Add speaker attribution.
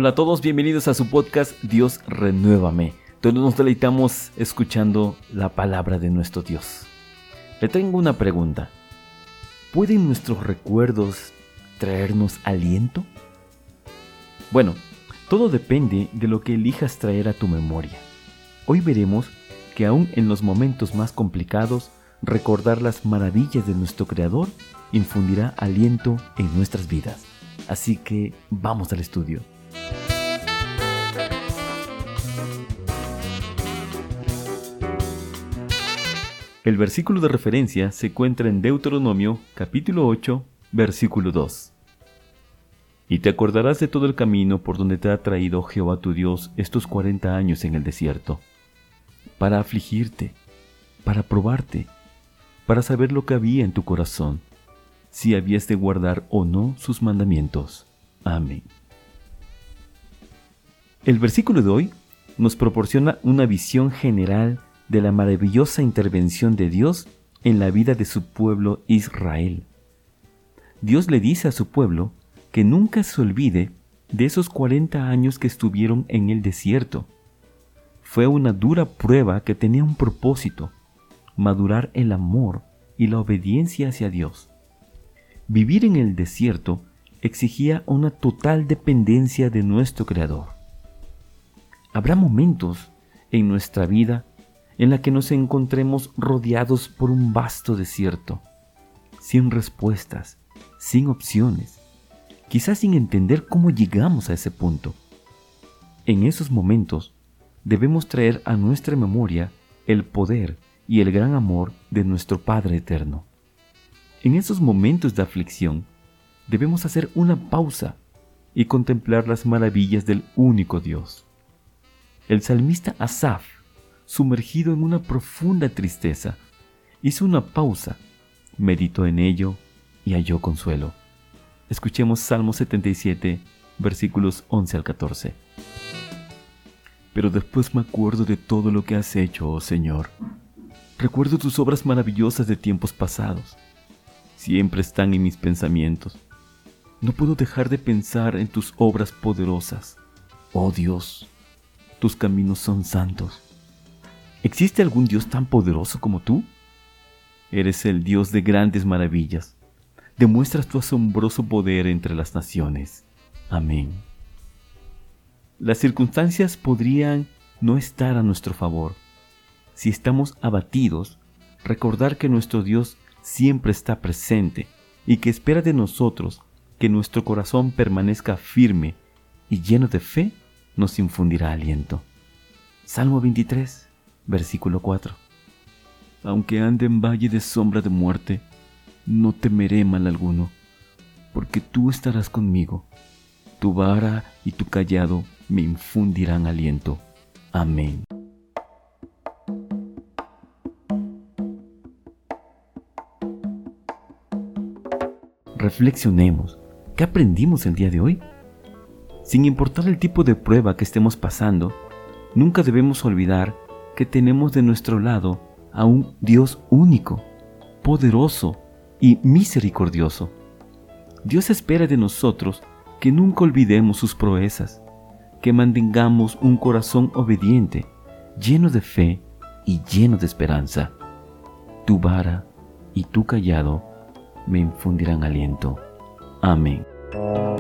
Speaker 1: Hola a todos, bienvenidos a su podcast Dios Renuévame, donde nos deleitamos escuchando la palabra de nuestro Dios. Le tengo una pregunta. ¿Pueden nuestros recuerdos traernos aliento? Bueno, todo depende de lo que elijas traer a tu memoria. Hoy veremos que aún en los momentos más complicados, recordar las maravillas de nuestro Creador infundirá aliento en nuestras vidas. Así que vamos al estudio. El versículo de referencia se encuentra en Deuteronomio, capítulo 8, versículo 2. Y te acordarás de todo el camino por donde te ha traído Jehová tu Dios estos 40 años en el desierto, para afligirte, para probarte, para saber lo que había en tu corazón, si habías de guardar o no sus mandamientos. Amén. El versículo de hoy nos proporciona una visión general de la maravillosa intervención de Dios en la vida de su pueblo Israel. Dios le dice a su pueblo que nunca se olvide de esos 40 años que estuvieron en el desierto. Fue una dura prueba que tenía un propósito: madurar el amor y la obediencia hacia Dios. Vivir en el desierto exigía una total dependencia de nuestro Creador. Habrá momentos en nuestra vida en la que nos encontremos rodeados por un vasto desierto, sin respuestas, sin opciones, quizás sin entender cómo llegamos a ese punto. En esos momentos debemos traer a nuestra memoria el poder y el gran amor de nuestro Padre Eterno. En esos momentos de aflicción debemos hacer una pausa y contemplar las maravillas del único Dios. El salmista Asaf, sumergido en una profunda tristeza, hizo una pausa, meditó en ello y halló consuelo. Escuchemos Salmo 77, versículos 11 al 14. Pero después me acuerdo de todo lo que has hecho, oh Señor. Recuerdo tus obras maravillosas de tiempos pasados. Siempre están en mis pensamientos. No puedo dejar de pensar en tus obras poderosas. Oh Dios, tus caminos son santos. ¿Existe algún Dios tan poderoso como tú? Eres el Dios de grandes maravillas. Demuestras tu asombroso poder entre las naciones. Amén. Las circunstancias podrían no estar a nuestro favor. Si estamos abatidos, recordar que nuestro Dios siempre está presente y que espera de nosotros que nuestro corazón permanezca firme y lleno de fe nos infundirá aliento. Salmo 23, versículo 4. Aunque ande en valle de sombra de muerte, no temeré mal alguno, porque tú estarás conmigo. Tu vara y tu cayado me infundirán aliento. Amén. Reflexionemos. ¿Qué aprendimos el día de hoy? Sin importar el tipo de prueba que estemos pasando, nunca debemos olvidar que tenemos de nuestro lado a un Dios único, poderoso y misericordioso. Dios espera de nosotros que nunca olvidemos sus proezas, que mantengamos un corazón obediente, lleno de fe y lleno de esperanza. Tu vara y tu cayado me infundirán aliento. Amén.